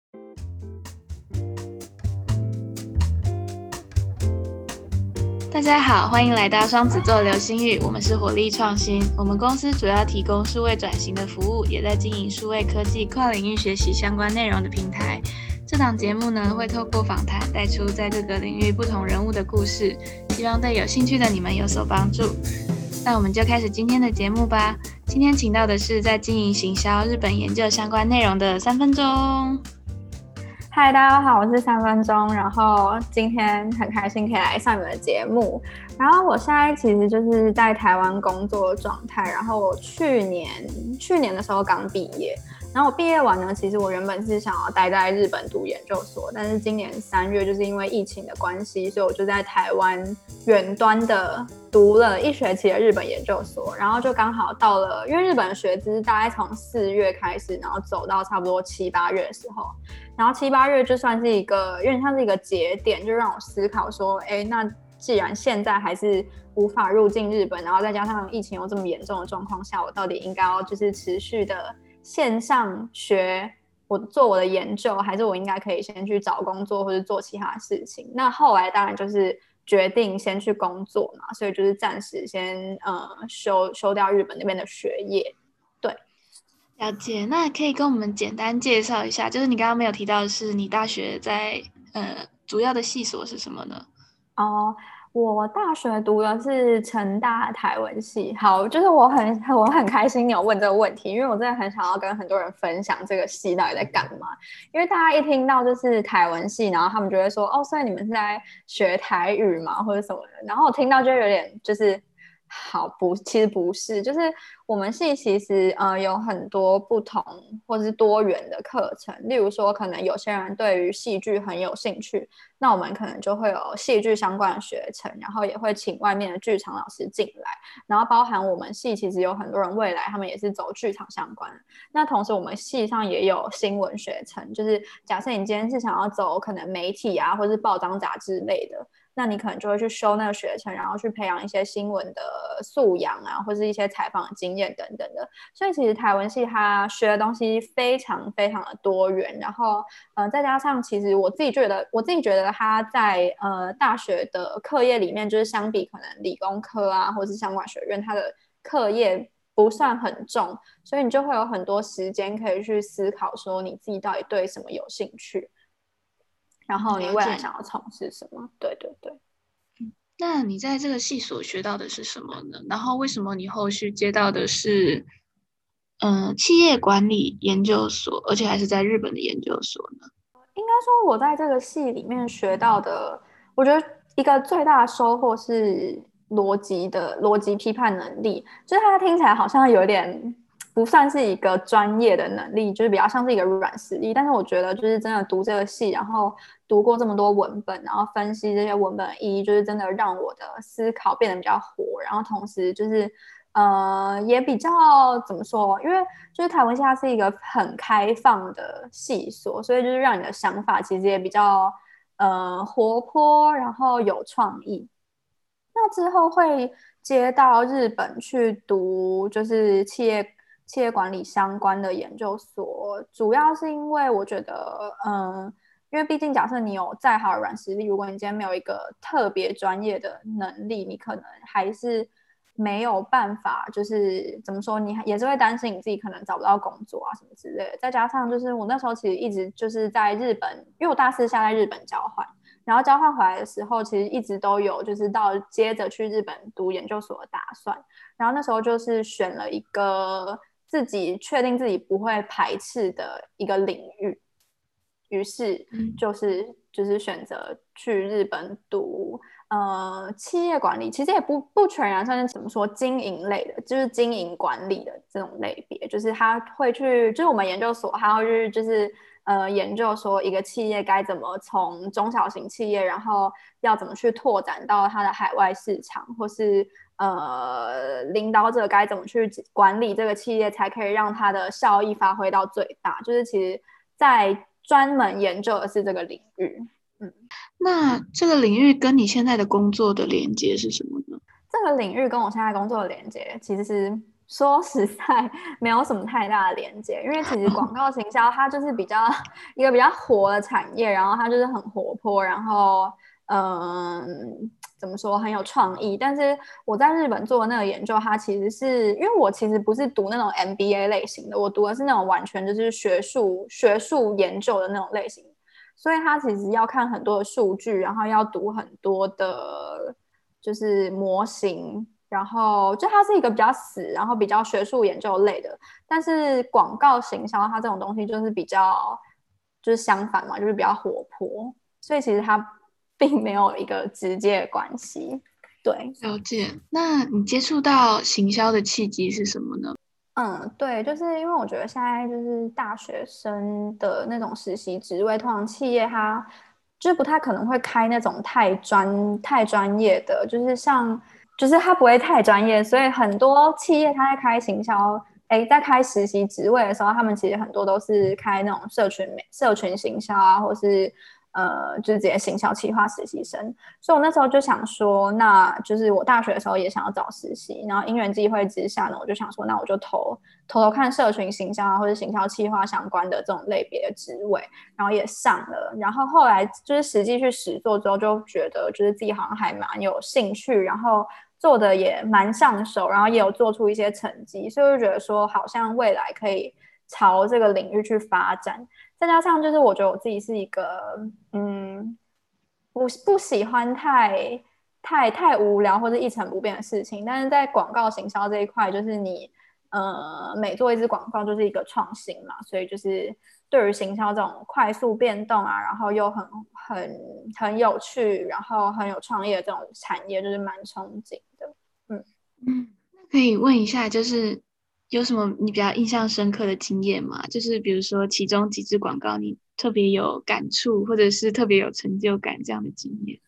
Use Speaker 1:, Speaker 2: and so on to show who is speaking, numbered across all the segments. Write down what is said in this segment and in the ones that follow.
Speaker 1: 大家好，欢迎来到双子座流星雨，我们是活力创新。我们公司主要提供数位转型的服务，也在经营数位科技跨领域学习相关内容的平台。这档节目呢，会透过访谈带出在各个领域不同人物的故事，希望对有兴趣的你们有所帮助。那我们就开始今天的节目吧。今天请到的是在经营行销、日本研究相关内容的3分钟。
Speaker 2: 嗨，大家好，我是3分钟，然后今天很开心可以来上你们的节目。然后我现在其实就是在台湾工作的状态，然后我去年的时候刚毕业，然后我毕业完呢，其实我原本是想要待在日本读研究所，但是今年3月就是因为疫情的关系，所以我就在台湾远端的读了1学期的日本研究所，然后就刚好到了，因为日本的学制大概从4月开始，然后走到差不多7、8月的时候，然后7、8月就算是一个有点像是一个节点，就让我思考说，那既然现在还是无法入境日本，然后再加上疫情又这么严重的状况下，我到底应该要就是持续的线上学，我做我的研究，还是我应该可以先去找工作或者做其他事情？那后来当然就是决定先去工作嘛，所以就是暂时先休掉日本那边的学业。对，
Speaker 1: 了解。那可以跟我们简单介绍一下，就是你刚刚没有提到的是你大学在主要的系所是什么呢？
Speaker 2: 我大学读的是成大台文系。好，就是我很开心你有问这个问题，因为我真的很想要跟很多人分享这个系到底在干嘛。因为大家一听到就是台文系，然后他们就会说，所以你们是在学台语吗，或者什么的。然后我听到就有点就是其实不是，就是我们系其实有很多不同或是多元的课程，例如说可能有些人对于戏剧很有兴趣，那我们可能就会有戏剧相关的学程，然后也会请外面的剧场老师进来，然后包含我们系其实有很多人未来他们也是走剧场相关的。那同时我们系上也有新闻学程，就是假设你今天是想要走可能媒体啊或是报章杂志类的，那你可能就会去修那个学程，然后去培养一些新闻的素养啊，或是一些采访的经验等等的。所以其实台文系它学的东西非常非常的多元，然后再加上其实我自己觉得它在大学的课业里面，就是相比可能理工科啊，或是相关学院，它的课业不算很重，所以你就会有很多时间可以去思考说你自己到底对什么有兴趣，然后你未来想要从事什么。对对对。
Speaker 1: 那你在这个系所学到的是什么呢？然后为什么你后续接到的是企业管理研究所，而且还是在日本的研究所呢？
Speaker 2: 应该说我在这个系里面学到的，我觉得一个最大的收获是逻辑批判能力，就是它听起来好像有点不算是一个专业的能力，就是比较像是一个软实力。但是我觉得就是真的读这个系，然后读过这么多文本，然后分析这些文本的意义，就是真的让我的思考变得比较活，然后同时就是也比较怎么说，因为就是台文系它是一个很开放的系所，所以就是让你的想法其实也比较活泼，然后有创意。那之后会接到日本去读就是企业管理相关的研究所，主要是因为我觉得因为毕竟假设你有再好的软实力，如果你今天没有一个特别专业的能力，你可能还是没有办法，就是怎么说，你也是会担心你自己可能找不到工作啊什么之类的。再加上就是我那时候其实一直就是在日本，因为我大4下在日本交换，然后交换回来的时候，其实一直都有就是接着去日本读研究所的打算。然后那时候就是选了一个自己确定自己不会排斥的一个领域，于是就是选择去日本读企业管理，其实也不全然算是怎么说经营类的，就是经营管理的这种类别，就是他会去，就是我们研究所他会去就是研究说一个企业该怎么从中小型企业，然后要怎么去拓展到它的海外市场，或是领导者该怎么去管理这个企业，才可以让它的效益发挥到最大。就是其实在专门研究的是这个领域。
Speaker 1: 那这个领域跟你现在的工作的连接是什么呢？
Speaker 2: 这个领域跟我现在工作的连接其实是说实在没有什么太大的连接，因为其实广告行销它就是一个比较活的产业，然后它就是很活泼，然后怎么说很有创意。但是我在日本做的那个研究，它其实是因为我其实不是读那种 MBA 类型的，我读的是那种完全就是学术研究的那种类型，所以它其实要看很多的数据，然后要读很多的，就是模型。然后就它是一个比较死，然后比较学术研究类的，但是广告行销它这种东西就是比较就是相反嘛，就是比较活泼，所以其实它并没有一个直接的关系。对，
Speaker 1: 了解。那你接触到行销的契机是什么呢？
Speaker 2: 对，就是因为我觉得现在就是大学生的那种实习职位，通常企业它就是不太可能会开那种太专业的，就是它不会太专业，所以很多企业它在开行销，在开实习职位的时候，他们其实很多都是开那种社群行销啊，或是就是直接行销企划实习生。所以我那时候就想说，那就是我大学的时候也想要找实习，然后因缘际会之下呢，我就想说，那我就投看社群行销啊，或者行销企划相关的这种类别的职位，然后也上了。然后后来就是实际去实做之后，就觉得就是自己好像还蛮有兴趣，然后做的也蛮上手，然后也有做出一些成绩，所以我就觉得说，好像未来可以朝这个领域去发展。再加上就是我觉得我自己是一个不喜欢太无聊或者一成不变的事情，但是在广告行销这一块，就是你每做一支广告就是一个创新嘛，所以就是对于行销这种快速变动啊，然后又很有趣，然后很有创意的这种产业，就是蛮憧憬的。嗯。
Speaker 1: 嗯，那可以问一下，就是有什么你比较印象深刻的经验吗？就是比如说其中几支广告你特别有感触，或者是特别有成就感这样的经验。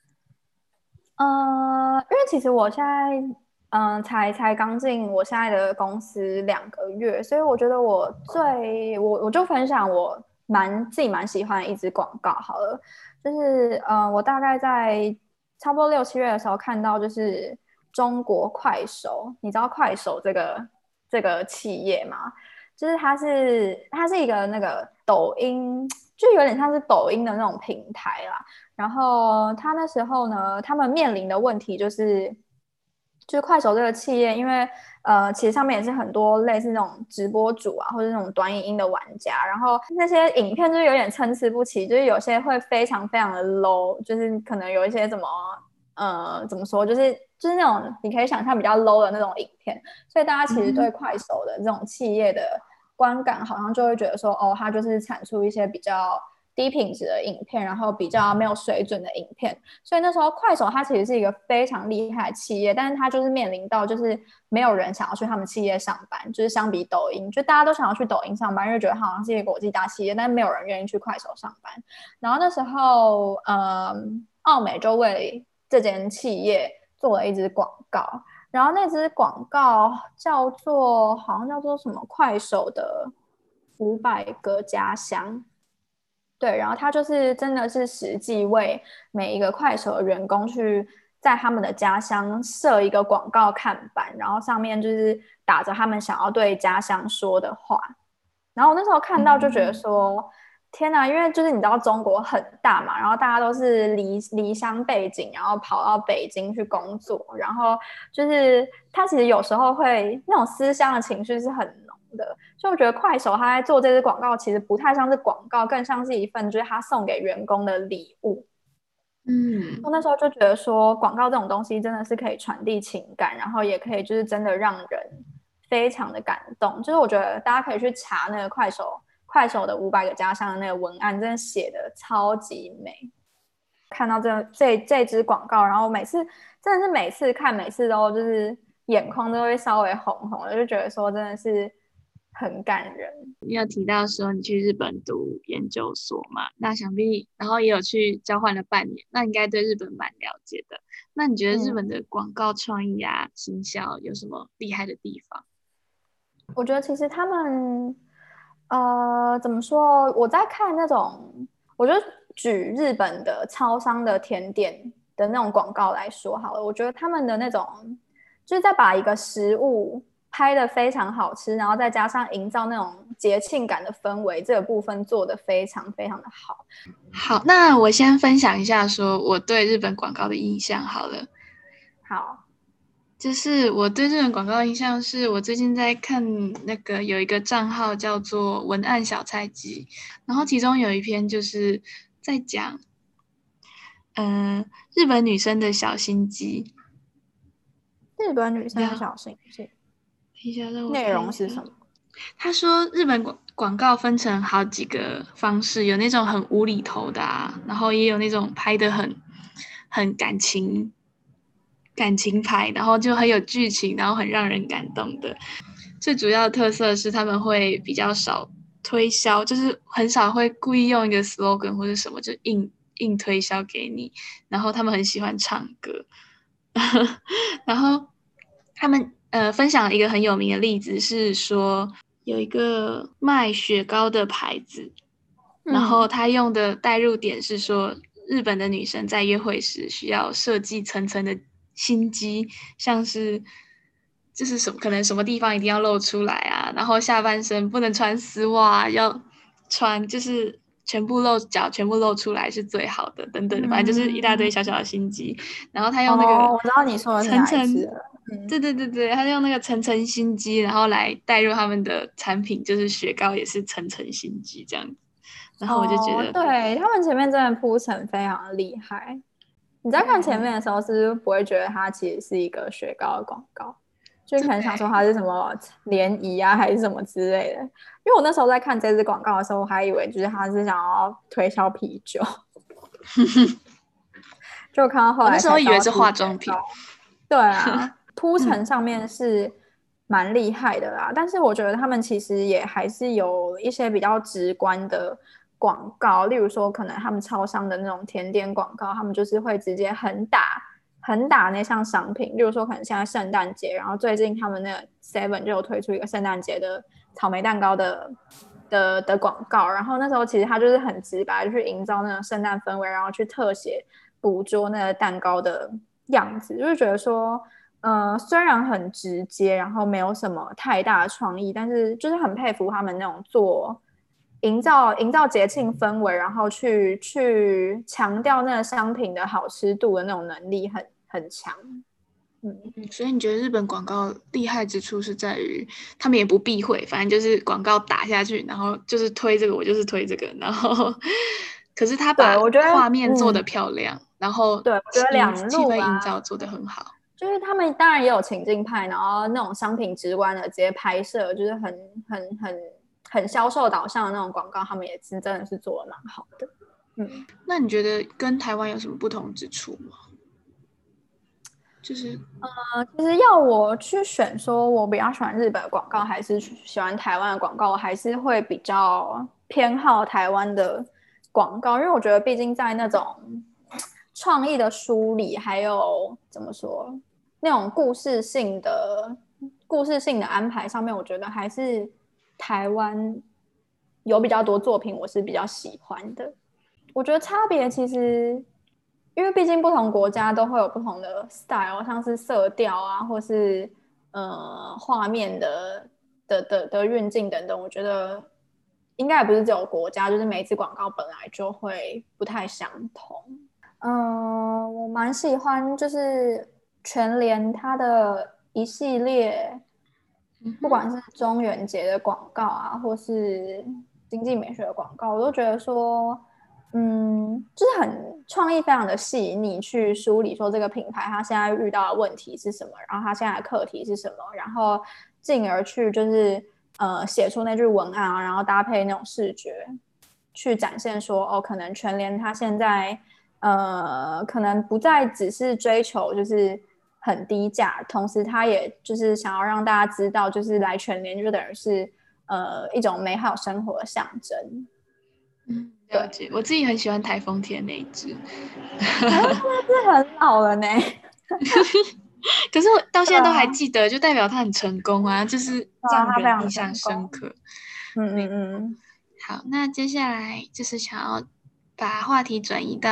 Speaker 2: 因为其实我现在才刚进我现在的公司2个月，所以我觉得我就分享我自己蛮喜欢的一支广告好了，就是我大概在差不多6、7月的时候看到，就是中国快手，你知道快手这个企业吗？就是它是一个那个抖音，就有点像是抖音的那种平台啦。然后他那时候呢，他们面临的问题就是快手这个企业，因为其实上面也是很多类似那种直播主啊，或者那种短影音的玩家，然后那些影片就是有点参差不齐，就是有些会非常非常的 low，就是可能有一些怎么说，就是那种你可以想象比较 low 的那种影片，所以大家其实对快手的这种企业的观感，好像就会觉得说，哦，它就是产出一些比较低品质的影片，然后比较没有水准的影片。所以那时候快手它其实是一个非常厉害的企业，但是它就是面临到就是没有人想要去他们企业上班，就是相比抖音，就大家都想要去抖音上班，因为觉得它好像是一个国际大企业，但是没有人愿意去快手上班。然后那时候，奥美就为这间企业做了一支广告，然后那支广告好像叫做什么快手的500个家乡。对，然后他就是真的是实际为每一个快手的员工去在他们的家乡设一个广告看板，然后上面就是打着他们想要对家乡说的话。然后我那时候看到就觉得说，天哪，因为就是你知道中国很大嘛，然后大家都是离乡背景，然后跑到北京去工作，然后就是他其实有时候会那种思乡的情绪是很浓的。所以我觉得快手他在做这支广告，其实不太像是广告，更像是一份就是他送给员工的礼物。我
Speaker 1: 嗯，
Speaker 2: 那时候就觉得说，广告这种东西真的是可以传递情感，然后也可以就是真的让人非常的感动。就是我觉得大家可以去查那个快手的500个家乡的那个文案，真的写的超级美。看到这支广告，然后真的是每次看，每次都就是眼眶都会稍微红红的，就觉得说真的是很感人。
Speaker 1: 你有提到说你去日本读研究所嘛？那想必然后也有去交换了半年，那应该对日本蛮了解的。那你觉得日本
Speaker 2: 嗯，
Speaker 1: 的广告创意啊、行销有什么厉害的地方？
Speaker 2: 我觉得其实他们，怎么说？我在看那种，我就举日本的超商的甜点的那种广告来说好了。我觉得他们的那种，就是在把一个食物拍的非常好吃，然后再加上营造那种节庆感的氛围，这个部分做的非常非常的好。
Speaker 1: 好，那我先分享一下说我对日本广告的印象好了。
Speaker 2: 好，
Speaker 1: 就是我对日本广告的印象是我最近在看那个有一个账号叫做文案小菜鸡，然后其中有一篇就是在讲日本女生的小心机。
Speaker 2: 日本女生的
Speaker 1: 然后
Speaker 2: 小心机，
Speaker 1: 等一下让我
Speaker 2: 内
Speaker 1: 看一下。
Speaker 2: 容是什么？
Speaker 1: 他说日本广告分成好几个方式，有那种很无厘头的啊，然后也有那种拍的很感情牌，然后就很有剧情，然后很让人感动的。最主要的特色是他们会比较少推销，就是很少会故意用一个 slogan 或者什么就硬推销给你。然后他们很喜欢唱歌，然后他们分享了一个很有名的例子，是说有一个卖雪糕的牌子，然后他用的代入点是说，日本的女生在约会时需要设计层层的心机，像是就是什么可能什么地方一定要露出来啊，然后下半身不能穿丝袜，要穿就是全部露脚，全部露出来是最好的，等等的，反正就是一大堆小小的心机。然后他用那个
Speaker 2: 我知道你说的是
Speaker 1: 层层，
Speaker 2: 哪一支了。
Speaker 1: 对对对对，他用那个层层心机，然后来带入他们的产品，就是雪糕也是层层心机这样子。然后我就觉得，
Speaker 2: 对，他们前面真的铺陈非常厉害。你在看前面的时候，是不是不会觉得它其实是一个雪糕的广告？就可能想说它是什么联谊啊，还是什么之类的。因为我那时候在看这支广告的时候，我还以为就是他是想要推销啤酒，就看到后
Speaker 1: 我那
Speaker 2: 来
Speaker 1: 时候以为是
Speaker 2: 才知道是
Speaker 1: 化妆品。
Speaker 2: 对啊，铺陈上面是蛮厉害的啦，但是我觉得他们其实也还是有一些比较直观的广告，例如说可能他们超商的那种甜点广告，他们就是会直接横打那项商品，例如说可能现在圣诞节，然后最近他们那个 Seven 就有推出一个圣诞节的草莓蛋糕的广告，然后那时候其实它就是很直白，就是营造那种圣诞氛围，然后去特写捕捉那个蛋糕的样子，就是觉得说，虽然很直接，然后没有什么太大的创意，但是就是很佩服他们那种营造节庆氛围，然后去强调那个商品的好吃度的那种能力很强。
Speaker 1: 所以你觉得日本广告厉害之处是在于，他们也不避讳，反正就是广告打下去，然后就是推这个，我就是推这个，然后可是他
Speaker 2: 对，
Speaker 1: 把
Speaker 2: 我觉得，
Speaker 1: 画面做得漂亮，然后
Speaker 2: 对，我觉得两
Speaker 1: 气氛
Speaker 2: 路啊，
Speaker 1: 营造做得很好。
Speaker 2: 就是他们当然也有情境派，然后那种商品直观的直接拍摄，就是很销售导向的那种广告，他们也是真的是做的蛮好的。
Speaker 1: 那你觉得跟台湾有什么不同之处吗？就是
Speaker 2: 其实要我去选，说我比较喜欢日本的广告，还是喜欢台湾的广告，我还是会比较偏好台湾的广告，因为我觉得毕竟在那种创意的梳理，还有怎么说那种故事性的安排上面，我觉得还是台湾有比较多作品我是比较喜欢的。我觉得差别其实，因为毕竟不同国家都会有不同的 style，像是色调啊，或是画面的运镜等等，我觉得应该也不是只有国家，就是每一次广告本来就会不太相同。我蛮喜欢就是全联它的一系列，不管是中元节的广告啊，或是经济美学的广告，我都觉得说，就是很创意非常的细腻，去梳理说这个品牌它现在遇到的问题是什么，然后它现在的课题是什么，然后进而去就是写出那句文案啊，然后搭配那种视觉，去展现说哦，可能全联它现在可能不再只是追求就是很低价，同时它也就是想要让大家知道，就是来全联就等于是一种美好生活的象征。
Speaker 1: 了解，我自己很喜欢台风天那一支，
Speaker 2: 台湾真的是很老了呢。
Speaker 1: 可是我到现在都还
Speaker 2: 对啊，
Speaker 1: 记得，就代表它很成功啊，就是让
Speaker 2: 他非常
Speaker 1: 人印象
Speaker 2: 成功。
Speaker 1: 深刻。
Speaker 2: 嗯嗯嗯，
Speaker 1: 好，那接下来就是想要把话题转移到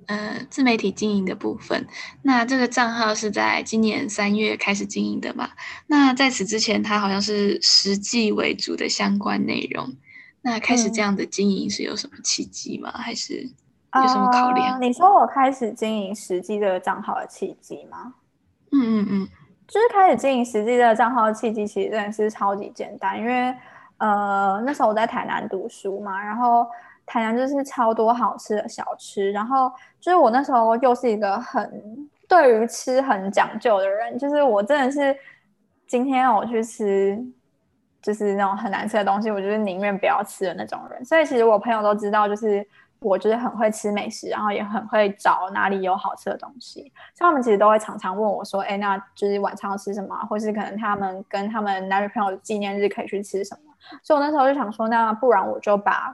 Speaker 1: 自媒体经营的部分。那这个账号是在今年3月开始经营的嘛？那在此之前，它好像是实际为主的相关内容。那开始这样的经营是有什么契机吗？还是有什么考量？
Speaker 2: 你说我开始经营实际这个账号的契机吗？
Speaker 1: 嗯嗯嗯。
Speaker 2: 就是开始经营实际这个账号的契机，其实真的是超级简单，因为那时候我在台南读书嘛，然后台南就是超多好吃的小吃，然后就是我那时候又是一个对于吃很讲究的人，就是我真的是今天让我去吃就是那种很难吃的东西，我就是宁愿不要吃的那种人。所以其实我朋友都知道，就是我就是很会吃美食，然后也很会找哪里有好吃的东西。所以他们其实都会常常问我说：“哎，那就是晚上要吃什么？或是可能他们跟他们男女朋友的纪念日可以去吃什么？”所以我那时候就想说，那不然我就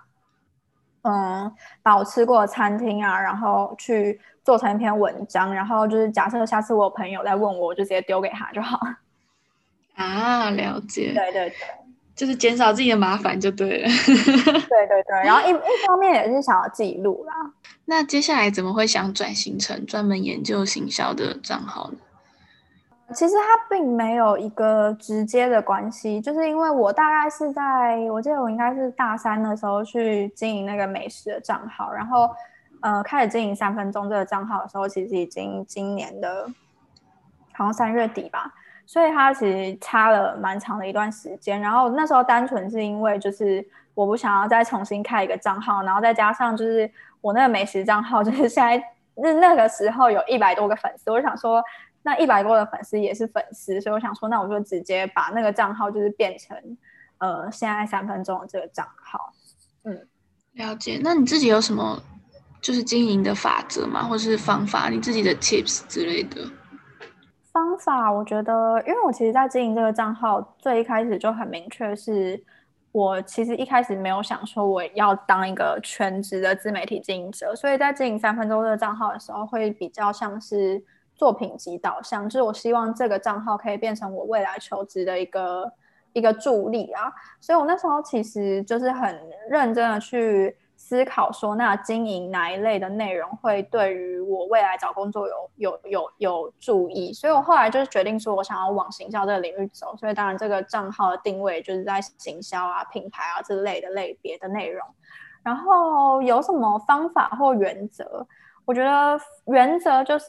Speaker 2: 把我吃过的餐厅啊，然后去做成一篇文章，然后就是假设下次我有朋友在问我，我就直接丢给他就好。
Speaker 1: 啊，了解，
Speaker 2: 对对对。
Speaker 1: 就是减少自己的麻烦就对了。
Speaker 2: 对对对，然后一方面也是想要记录啦。
Speaker 1: 那接下来怎么会想转型成专门研究行销的账号呢？
Speaker 2: 其实它并没有一个直接的关系，就是因为我大概是我记得我应该是大三的时候去经营那个美食的账号，然后开始经营3分钟这个账号的时候，其实已经今年的好像3月底吧，所以它其实差了蛮长的一段时间。然后那时候单纯是因为就是我不想要再重新开一个账号，然后再加上就是我那个美食账号就是现在那个时候有100多个粉丝，我想说那100多个粉丝也是粉丝，所以我想说那我就直接把那个账号就是变成现在3分钟的这个账号。
Speaker 1: 了解。那你自己有什么就是经营的法则吗？或是方法？你自己的 tips 之类的？
Speaker 2: 方法，我觉得，因为我其实，在经营这个账号，最一开始就很明确是，我其实一开始没有想说我要当一个全职的自媒体经营者，所以在经营3分钟这个账号的时候，会比较像是作品集导向，就是我希望这个账号可以变成我未来求职的一个助力啊，所以我那时候其实就是很认真的去思考说，那经营哪一类的内容会对于我未来找工作有注意，所以我后来就是决定说我想要往行销这个领域走，所以当然这个账号的定位就是在行销啊、品牌啊之类的类别的内容。然后有什么方法或原则？我觉得原则就是，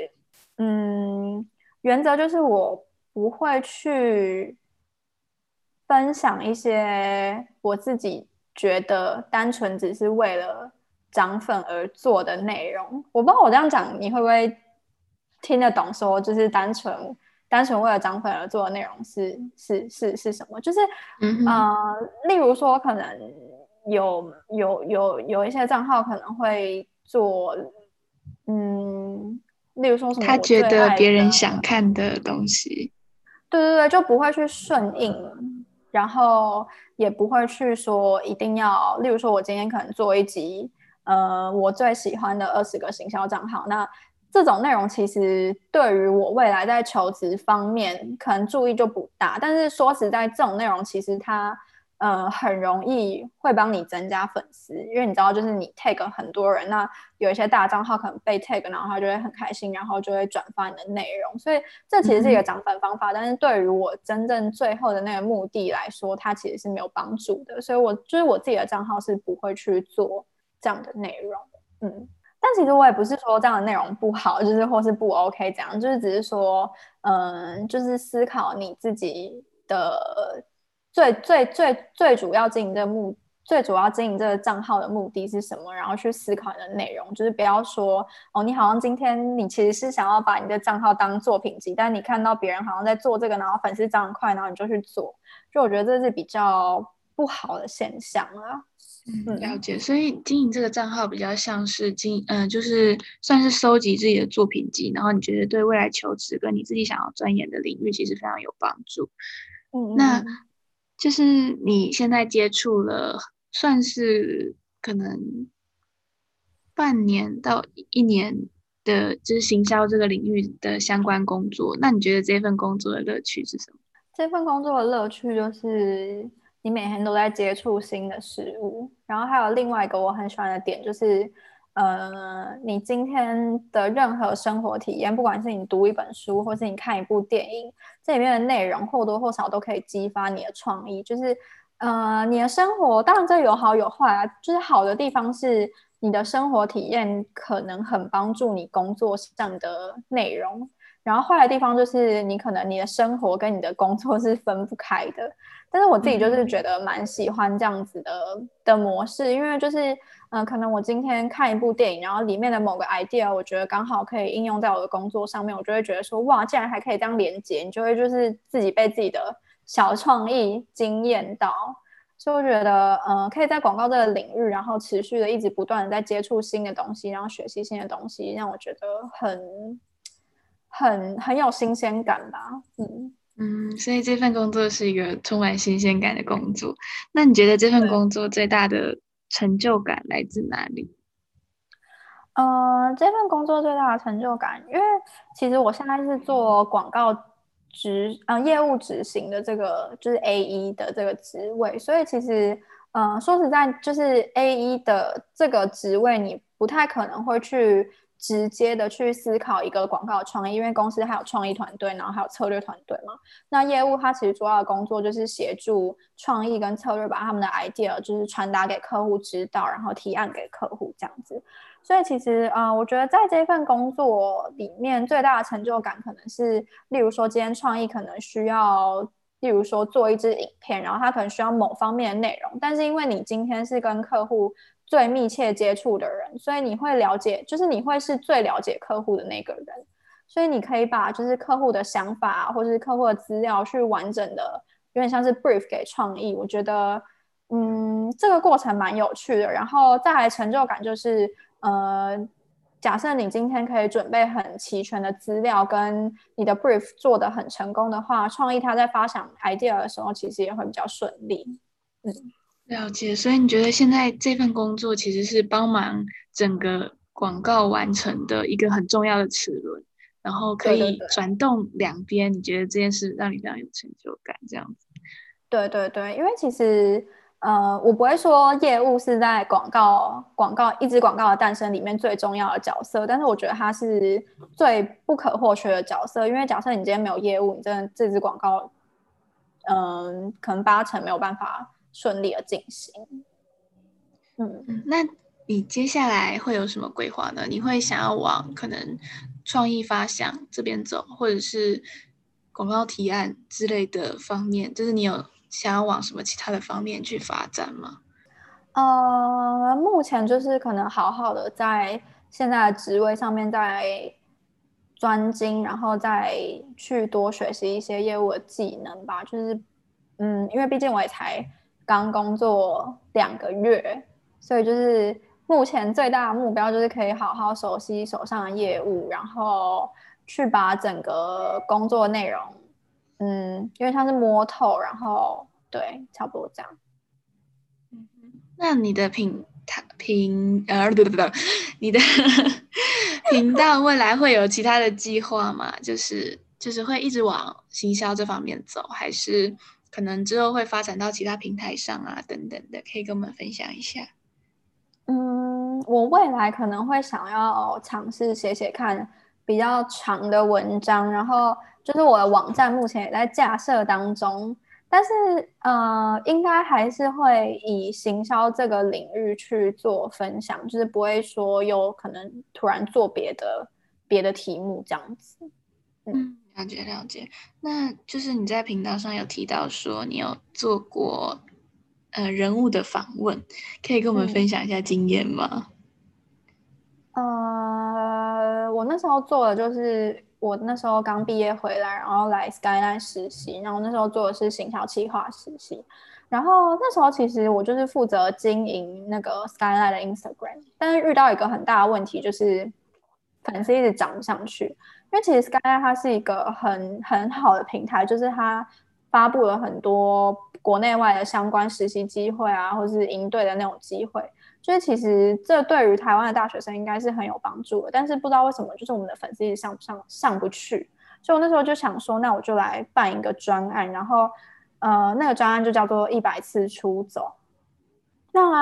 Speaker 2: 原则就是我不会去分享一些我自己觉得单纯只是为了涨粉而做的内容。我不知道我这样讲你会不会听得懂？说就是单纯为了涨粉而做的内容是什么？就是
Speaker 1: 嗯哼。
Speaker 2: 例如说可能有一些账号可能会做，例如说什么我
Speaker 1: 他觉
Speaker 2: 最爱的。
Speaker 1: 得别人想看的东西。
Speaker 2: 对对对，就不会去顺应，然后也不会去说一定要，例如说，我今天可能做一集，我最喜欢的20个行销账号，那这种内容其实对于我未来在求职方面可能注意就不大，但是说实在，这种内容其实它很容易会帮你增加粉丝，因为你知道，就是你 tag 很多人，那有一些大账号可能被 tag，然后他就会很开心，然后就会转发你的内容，所以这其实是一个涨粉方法，但是对于我真正最后的那个目的来说，它其实是没有帮助的，所以我自己的账号是不会去做这样的内容，但其实我也不是说这样的内容不好，就是或是不 OK 这样，就是只是说，就是思考你自己的最主要经营最主要经营这个账号的目的是什么，然后去思考你的内容，就是不要说哦，你好像今天你其实是想要把你的账号当作品集，但你看到别人好像在做这个，然后粉丝涨很快，然后你就去做，就我觉得这是比较不好的现象啊。
Speaker 1: 了解。所以经营这个账号比较像是就是算是收集自己的作品集，然后你觉得对未来求职跟你自己想要钻研的领域其实非常有帮助。那就是你现在接触了，算是可能半年到1年的，就是行销这个领域的相关工作。那你觉得这份工作的乐趣是什么？
Speaker 2: 这份工作的乐趣就是你每天都在接触新的事物，然后还有另外一个我很喜欢的点就是， 你今天的任何生活体验，不管是你读一本书，或是你看一部电影，这里面的内容或多或少都可以激发你的创意。就是你的生活，当然这有好有坏啊。就是好的地方是你的生活体验可能很帮助你工作上的内容，然后坏的地方就是你可能你的生活跟你的工作是分不开的。但是我自己就是觉得蛮喜欢这样子的模式，因为就是可能我今天看一部电影，然后里面的某个 idea，我觉得刚好可以应用在我的工作上面，我就会觉得说哇，竟然还可以这样连接，你就会就是自己被自己的小创意惊艳到。所以我觉得可以在广告这个领域，然后持续的一直不断的在接触新的东西，然后学习新的东西，让我觉得很有新鲜感吧。
Speaker 1: 所以这份工作是一个充满新鲜感的工作。那你觉得这份工作最大的成就感来自哪里？
Speaker 2: 这份工作最大的成就感，因为其实我现在是做广告业务执行的这个就是 AE 的这个职位，所以其实说实在，就是 AE 的这个职位，你不太可能会去直接的去思考一个广告的创意，因为公司还有创意团队，然后还有策略团队嘛。那业务它其实主要的工作就是协助创意跟策略把他们的 idea 就是传达给客户知道，然后提案给客户这样子。所以其实我觉得在这份工作里面最大的成就感可能是，例如说今天创意可能需要，例如说做一支影片，然后它可能需要某方面的内容，但是因为你今天是跟客户最密切接触的人，所以你会了解，就是你会是最了解客户的那个人，所以你可以把就是客户的想法或者是客户的资料去完整的，有点像是 brief 给创意，我觉得这个过程蛮有趣的。然后再来成就感就是假设你今天可以准备很齐全的资料，跟你的 brief 做得很成功的话，创意它在发想 idea 的时候，其实也会比较顺利。
Speaker 1: 了解，所以你觉得现在这份工作其实是帮忙整个广告完成的一个很重要的齿轮，然后可以
Speaker 2: 对对对
Speaker 1: 转动两边，你觉得这件事让你非常有成就感，这样子。
Speaker 2: 对对对，因为其实我不会说业务是在一支广告的诞生里面最重要的角色，但是我觉得它是最不可或缺的角色，因为假设你今天没有业务，你真的这支广告可能80%没有办法顺利的进行。
Speaker 1: 那你接下来会有什么规划呢？你会想要往可能创意发想这边走，或者是广告提案之类的方面，就是你有想要往什么其他的方面去发展吗？
Speaker 2: 目前就是可能好好的在现在的职位上面再专精，然后再去多学习一些业务的技能吧。就是，因为毕竟我也才刚工作2个月，所以就是目前最大的目标就是可以好好熟悉手上的业务，然后去把整个工作内容，因为像是摸透，然后对，差不多这样。
Speaker 1: 那你的不，你的频道未来会有其他的计划吗？就是会一直往行销这方面走，还是可能之后会发展到其他平台上啊等等的，可以跟我们分享一下。
Speaker 2: 我未来可能会想要尝试写写看比较长的文章，然后就是我的网站目前也在架设当中，但是应该还是会以行销这个领域去做分享，就是不会说有可能突然做别的题目这样子。
Speaker 1: 了解了解。那就是你在频道上有提到说你有做过人物的访问，可以跟我们分享一下经验吗？
Speaker 2: 我那时候做的就是我那时候刚毕业回来，然后来 Skyline 实习，然后那时候做的是行销企划实习，然后那时候其实我就是负责经营那个 Skyline 的 Instagram，但是遇到一个很大的问题，就是粉丝一直涨不上去，因为其实 Skyline 它是一个很好的平台，就是它发布了很多国内外的相关实习机会啊，或是营队的那种机会。就是其实这对于台湾的大学生应该是很有帮助的，但是不知道为什么，就是我们的粉丝一直上不去，所以我那时候就想说，那我就来办一个专案，然后那个专案就叫做100次出走。那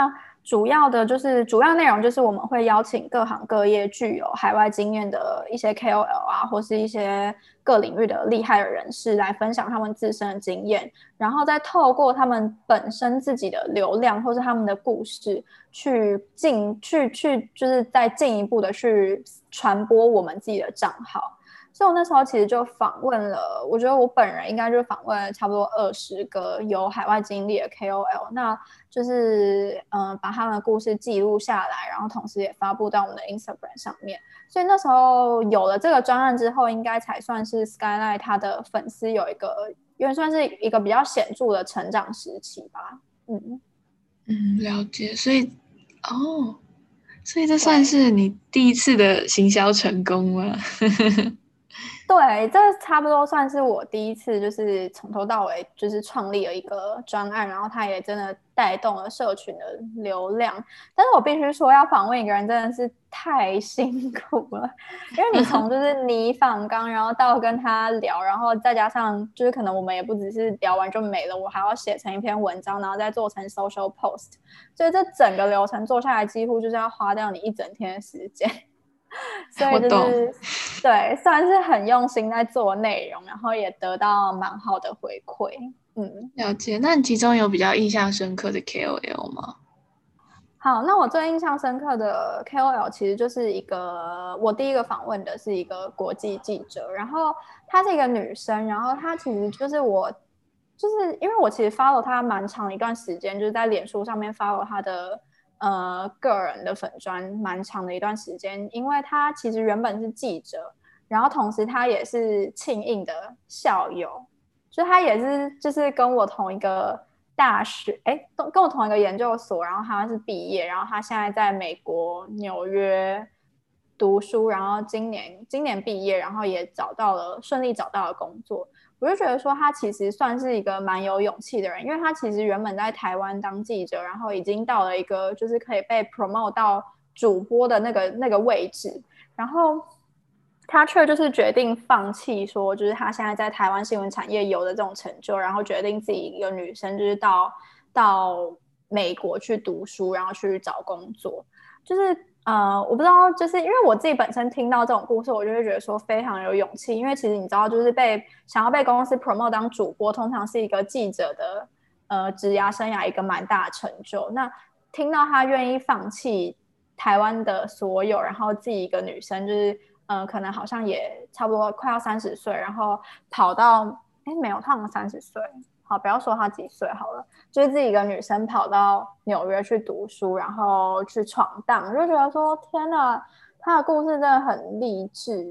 Speaker 2: 主要内容就是我们会邀请各行各业具有海外经验的一些 KOL 啊，或是一些各领域的厉害的人士来分享他们自身的经验，然后再透过他们本身自己的流量或是他们的故事去就是再进一步的去传播我们自己的账号。所以我那时候其实就访问了，我觉得我本人应该就访问了差不多20个有海外经历的 KOL， 那就是把他们的故事记录下来，然后同时也发布到我们的 Instagram 上面。所以那时候有了这个专案之后，应该才算是 Skyline 他的粉丝有一个，因为算是一个比较显著的成长时期吧。
Speaker 1: 了解。所以这算是你第一次的行销成功吗？
Speaker 2: 对，这差不多算是我第一次，就是从头到尾就是创立了一个专案，然后它也真的带动了社群的流量。但是我必须说，要访问一个人真的是太辛苦了，因为你从就是你访纲，然后到跟他聊，然后再加上就是可能我们也不只是聊完就没了，我还要写成一篇文章，然后再做成 social post，所以这整个流程做下来，几乎就是要花掉你一整天的时间。所以就是对，算是很用心在做内容，然后也得到蛮好的回馈。
Speaker 1: 了解。那你其中有比较印象深刻的 KOL 吗？
Speaker 2: 好，那我最印象深刻的 KOL 其实就是我第一个访问的是一个国际记者，然后她是一个女生，然后她其实就是因为我其实 follow 她蛮长一段时间，就是在脸书上面 follow 她的个人的粉专蛮长的一段时间，因为她其实原本是记者，然后同时她也是庆应的校友，就她也是就是跟我同一个大学，跟我同一个研究所，然后他是毕业，然后他现在在美国纽约读书，然后今年毕业，然后也顺利找到了工作。我就觉得说他其实算是一个蛮有勇气的人，因为他其实原本在台湾当记者，然后已经到了一个就是可以被 promote 到主播的那个位置，然后他却就是决定放弃说就是他现在在台湾新闻产业有的这种成就，然后决定自己一个女生就是到美国去读书，然后去找工作。就是我不知道，就是因为我自己本身听到这种故事，我就会觉得说非常有勇气，因为其实你知道，就是想要被公司 promote 当主播，通常是一个记者的职涯生涯一个蛮大的成就。那听到他愿意放弃台湾的所有，然后自己一个女生，就是可能好像也差不多快要30岁，然后跑到没有，她好像30岁。好，不要说她几岁好了，就是自己一个女生跑到纽约去读书，然后去闯荡，就觉得说天哪，她的故事真的很励志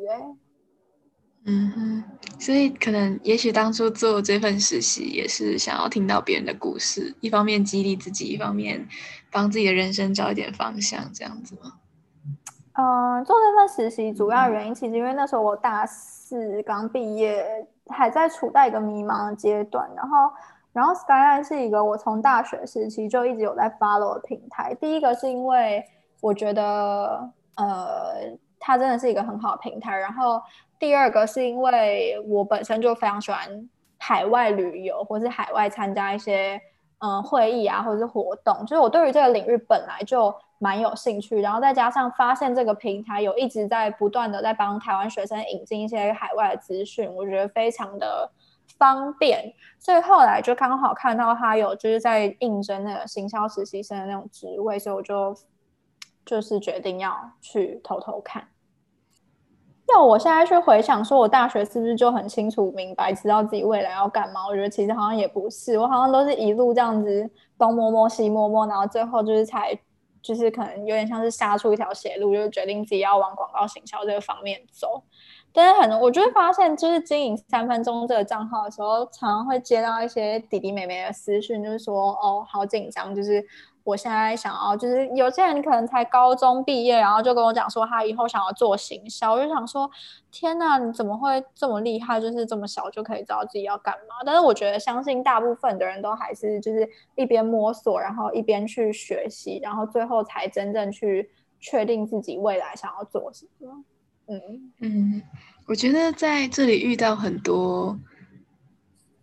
Speaker 1: 所以可能也许当初做这份实习也是想要听到别人的故事，一方面激励自己，一方面帮自己的人生找一点方向，这样子吗？
Speaker 2: 做这份实习主要原因，其实因为那时候我大4刚毕业，还在处在一个迷茫的阶段。然后 Skyline 是一个我从大学时期就一直有在 follow 的平台。第一个是因为我觉得，它真的是一个很好的平台。然后第二个是因为我本身就非常喜欢海外旅游，或是海外参加一些会议啊，或者是活动，就是我对于这个领域本来就蛮有兴趣，然后再加上发现这个平台有一直在不断的在帮台湾学生引进一些海外的资讯，我觉得非常的方便，所以后来就刚好看到他有就是在应征那个行销实习生的那种职位，所以我就是决定要去偷偷看。要我现在去回想，说我大学是不是就很清楚明白，知道自己未来要干嘛？我觉得其实好像也不是，我好像都是一路这样子东摸摸西摸摸，然后最后就是可能有点像是杀出一条血路，就是决定自己要往广告行销这个方面走。但是我就会发现，就是经营3分钟这个账号的时候，常常会接到一些弟弟妹妹的私讯，就是说好紧张，就是我现在想要，就是有些人可能才高中毕业，然后就跟我讲说他以后想要做行销，我就想说天哪，你怎么会这么厉害？就是这么小就可以知道自己要干嘛？但是我觉得相信大部分的人都还是就是一边摸索，然后一边去学习，然后最后才真正去确定自己未来想要做什么。
Speaker 1: 我觉得在这里遇到很多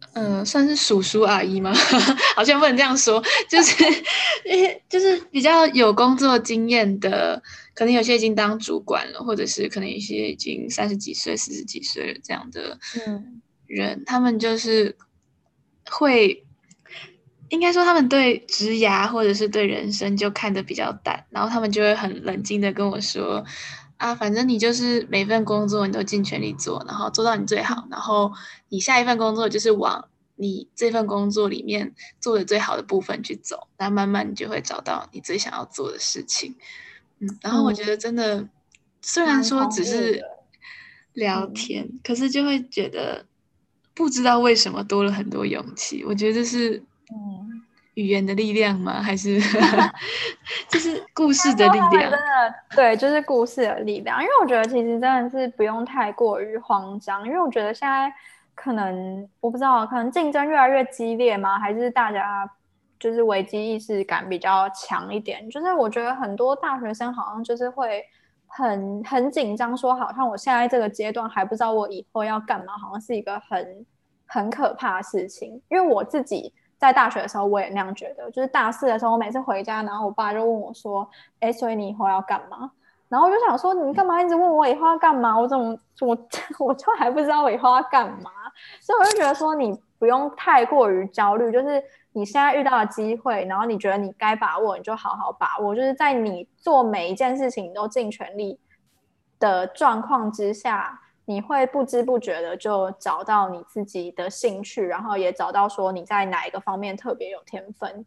Speaker 1: 算是叔叔阿姨吗？好像不能这样说，就是就是比较有工作经验的，可能有些已经当主管了，或者是可能有些已经30几岁、40几岁了这样的
Speaker 2: 嗯
Speaker 1: 人，他们就是会。应该说，他们对职涯或者是对人生就看得比较淡，然后他们就会很冷静的跟我说：“啊，反正你就是每份工作你都尽全力做，然后做到你最好，然后你下一份工作就是往你这份工作里面做的最好的部分去走，那慢慢你就会找到你最想要做的事情。”然后我觉
Speaker 2: 嗯，
Speaker 1: 得真的，虽然
Speaker 2: 蛮
Speaker 1: 说只
Speaker 2: 同意的。
Speaker 1: 是聊
Speaker 2: 嗯
Speaker 1: 天，可是就会觉得不知道为什么多了很多勇气。我觉得这是
Speaker 2: 嗯。
Speaker 1: 语言的力量吗？还是这是故事的
Speaker 2: 说他们真
Speaker 1: 力量？
Speaker 2: 的对，就是故事的力量。因为我觉得其实真的是不用太过于慌张，因为我觉得现在可能我不知道，可能竞争越来越激烈吗？还是大家就是危机意识感比较强一点？就是我觉得很多大学生好像就是会很紧张，说好像我现在这个阶段还不知道我以后要干嘛，好像是一个很可怕的事情。因为我自己在大学的时候，我也那样觉得。就是大四的时候，我每次回家，然后我爸就问我说：“哎，所以你以后要干嘛？”然后我就想说：“你干嘛一直问我以后要干嘛？我就还不知道我以后要干嘛。”所以我就觉得说，你不用太过于焦虑，就是你现在遇到的机会，然后你觉得你该把握，你就好好把握。就是在你做每一件事情都尽全力的状况之下，你会不知不觉的就找到你自己的兴趣，然后也找到说你在哪一个方面特别有天分。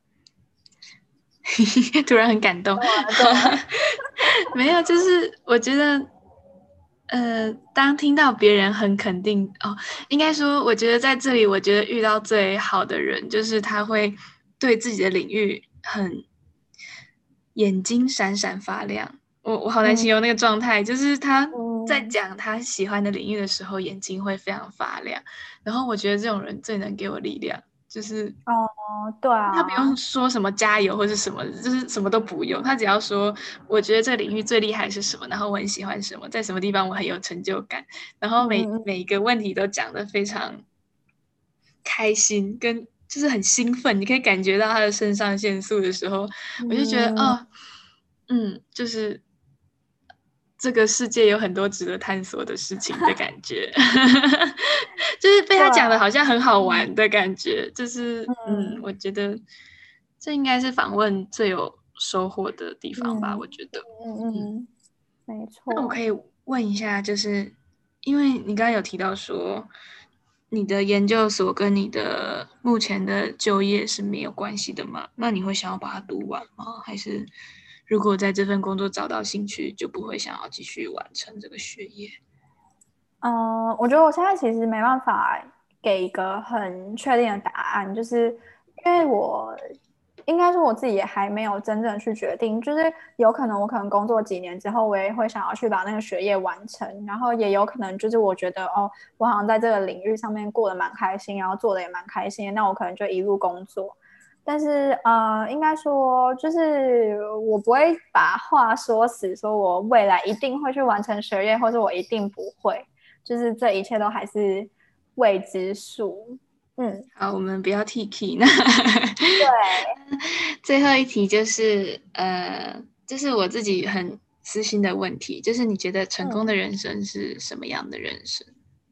Speaker 1: 突然很感动。
Speaker 2: 怎么了？
Speaker 1: 没有，就是我觉得，当听到别人很肯定哦，应该说，我觉得在这里，我觉得遇到最好的人，就是他会对自己的领域很眼睛闪闪发亮。我好难形容
Speaker 2: 嗯
Speaker 1: 那个状态，就是他在
Speaker 2: 嗯，
Speaker 1: 讲他喜欢的领域的时候，眼睛会非常发亮。然后我觉得这种人最能给我力量，就是
Speaker 2: 哦，对
Speaker 1: 他不用
Speaker 2: 啊，
Speaker 1: 说什么加油或是什么，就是什么都不用，他只要说我觉得这个领域最厉害是什么，然后我很喜欢什么，在什么地方我很有成就感，然后每
Speaker 2: 嗯嗯
Speaker 1: 每一个问题都讲得非常开心，跟就是很兴奋，你可以感觉到他的肾上腺素的时候，我就觉得
Speaker 2: 嗯
Speaker 1: 哦，就是这个世界有很多值得探索的事情的感觉，就是被
Speaker 2: 对，
Speaker 1: 他讲的好像很好
Speaker 2: 嗯
Speaker 1: 玩的感觉，就是
Speaker 2: 嗯
Speaker 1: 我觉得这应该是访问最有收获的地方吧，
Speaker 2: 嗯
Speaker 1: 我觉得。嗯，
Speaker 2: 嗯，没错。
Speaker 1: 那我可以问一下，就是因为你刚刚有提到说，你的研究所跟你的目前的就业是没有关系的吗？那你会想要把它读完吗？还是如果在这份工作找到兴趣，就不会想要继续完成这个学业？
Speaker 2: 我觉得我现在其实没办法给一个很确定的答案，就是因为我应该说我自己也还没有真正去决定，就是有可能我可能工作几年之后，我也会想要去把那个学业完成，然后也有可能就是我觉得哦，我好像在这个领域上面过得蛮开心，然后做的也蛮开心的，那我可能就一路工作。但是应该说，就是我不会把话说死，说我未来一定会去完成学业，或者我一定不会。就是这一切都还是未知数。嗯，
Speaker 1: 好，我们不要 T K 那
Speaker 2: 对，
Speaker 1: 最后一题就是这是我自己很私心的问题，就是你觉得成功的
Speaker 2: 嗯，
Speaker 1: 人生是什么样的人生？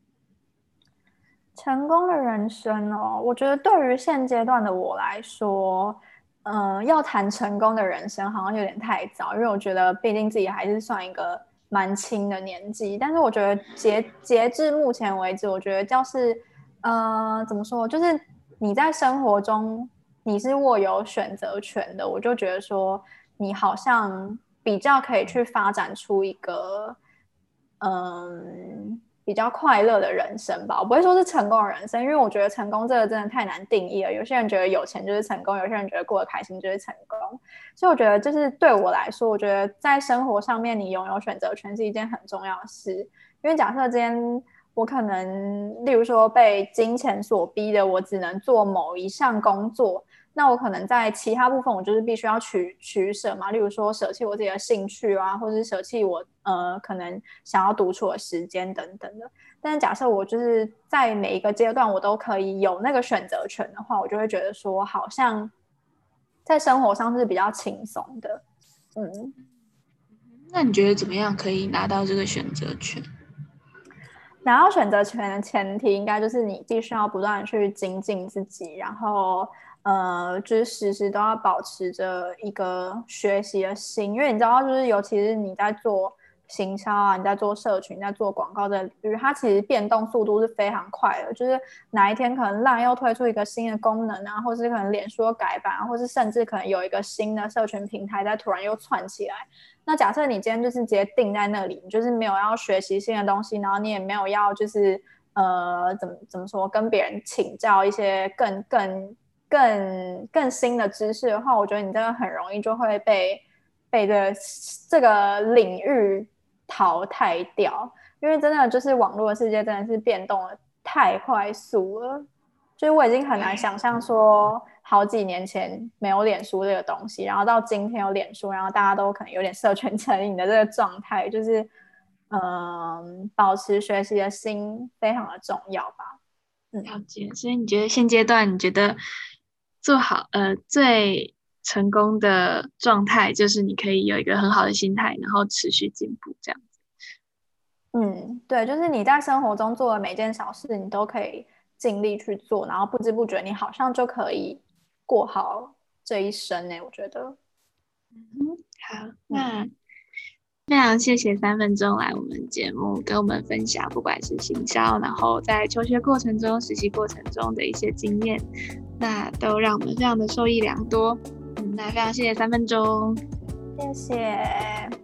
Speaker 2: 成功的人生哦，我觉得对于现阶段的我来说，要谈成功的人生好像有点太早，因为我觉得毕竟自己还是算一个蛮轻的年纪。但是我觉得截至目前为止，我觉得就是怎么说，就是你在生活中你是握有选择权的，我就觉得说你好像比较可以去发展出一个比较快乐的人生吧。我不会说是成功的人生，因为我觉得成功这个真的太难定义了。有些人觉得有钱就是成功，有些人觉得过得开心就是成功。所以我觉得，就是对我来说，我觉得在生活上面你拥有选择权是一件很重要的事。因为假设今天我可能，例如说被金钱所逼的，我只能做某一项工作， 那我可能在其他部分我就是必须要取舍嘛，例如说舍弃我自己的兴趣啊，或者是舍弃我可能想要独处的时间等等的。但是假设我就是在每一个阶段我都可以有那个选择权的话，我就会觉得说好像在生活上是比较轻松的。
Speaker 1: 那你觉得怎么样可以拿到这个选择权？
Speaker 2: 拿到选择权的前提，应该就是你必须要不断的去精进自己，然后就是时时都要保持着一个学习的心，因为你知道，就是尤其是你在做行销啊，你在做社群，你在做广告的领域，它其实变动速度是非常快的。就是哪一天可能 LINE 又推出一个新的功能啊，或是可能脸书改版啊，或是甚至可能有一个新的社群平台在突然又窜起来。那假设你今天就是直接定在那里，你就是没有要学习新的东西，然后你也没有要就是怎么说跟别人请教一些更新的知识的话，我觉得你真的很容易就会被这个领域淘汰掉，因为真的就是网络的世界真的是变动的太快速了。就是我已经很难想象说好几年前没有脸书这个东西，然后到今天有脸书，然后大家都可能有点社群成瘾的这个状态，就是保持学习的心非常的重要吧。
Speaker 1: 了解。所以你觉得现阶段你觉得做好最成功的状态就是你可以有一个很好的心态，然后持续进步这样子。
Speaker 2: 对，就是你在生活中做的每件小事，你都可以尽力去做，然后不知不觉你好像就可以过好这一生呢，我觉得。
Speaker 1: 好，那非常谢谢3分钟来我们节目跟我们分享，不管是行销，然后在求学过程中、实习过程中的一些经验，那都让我们非常的受益良多。那非常谢谢3分钟，
Speaker 2: 谢谢。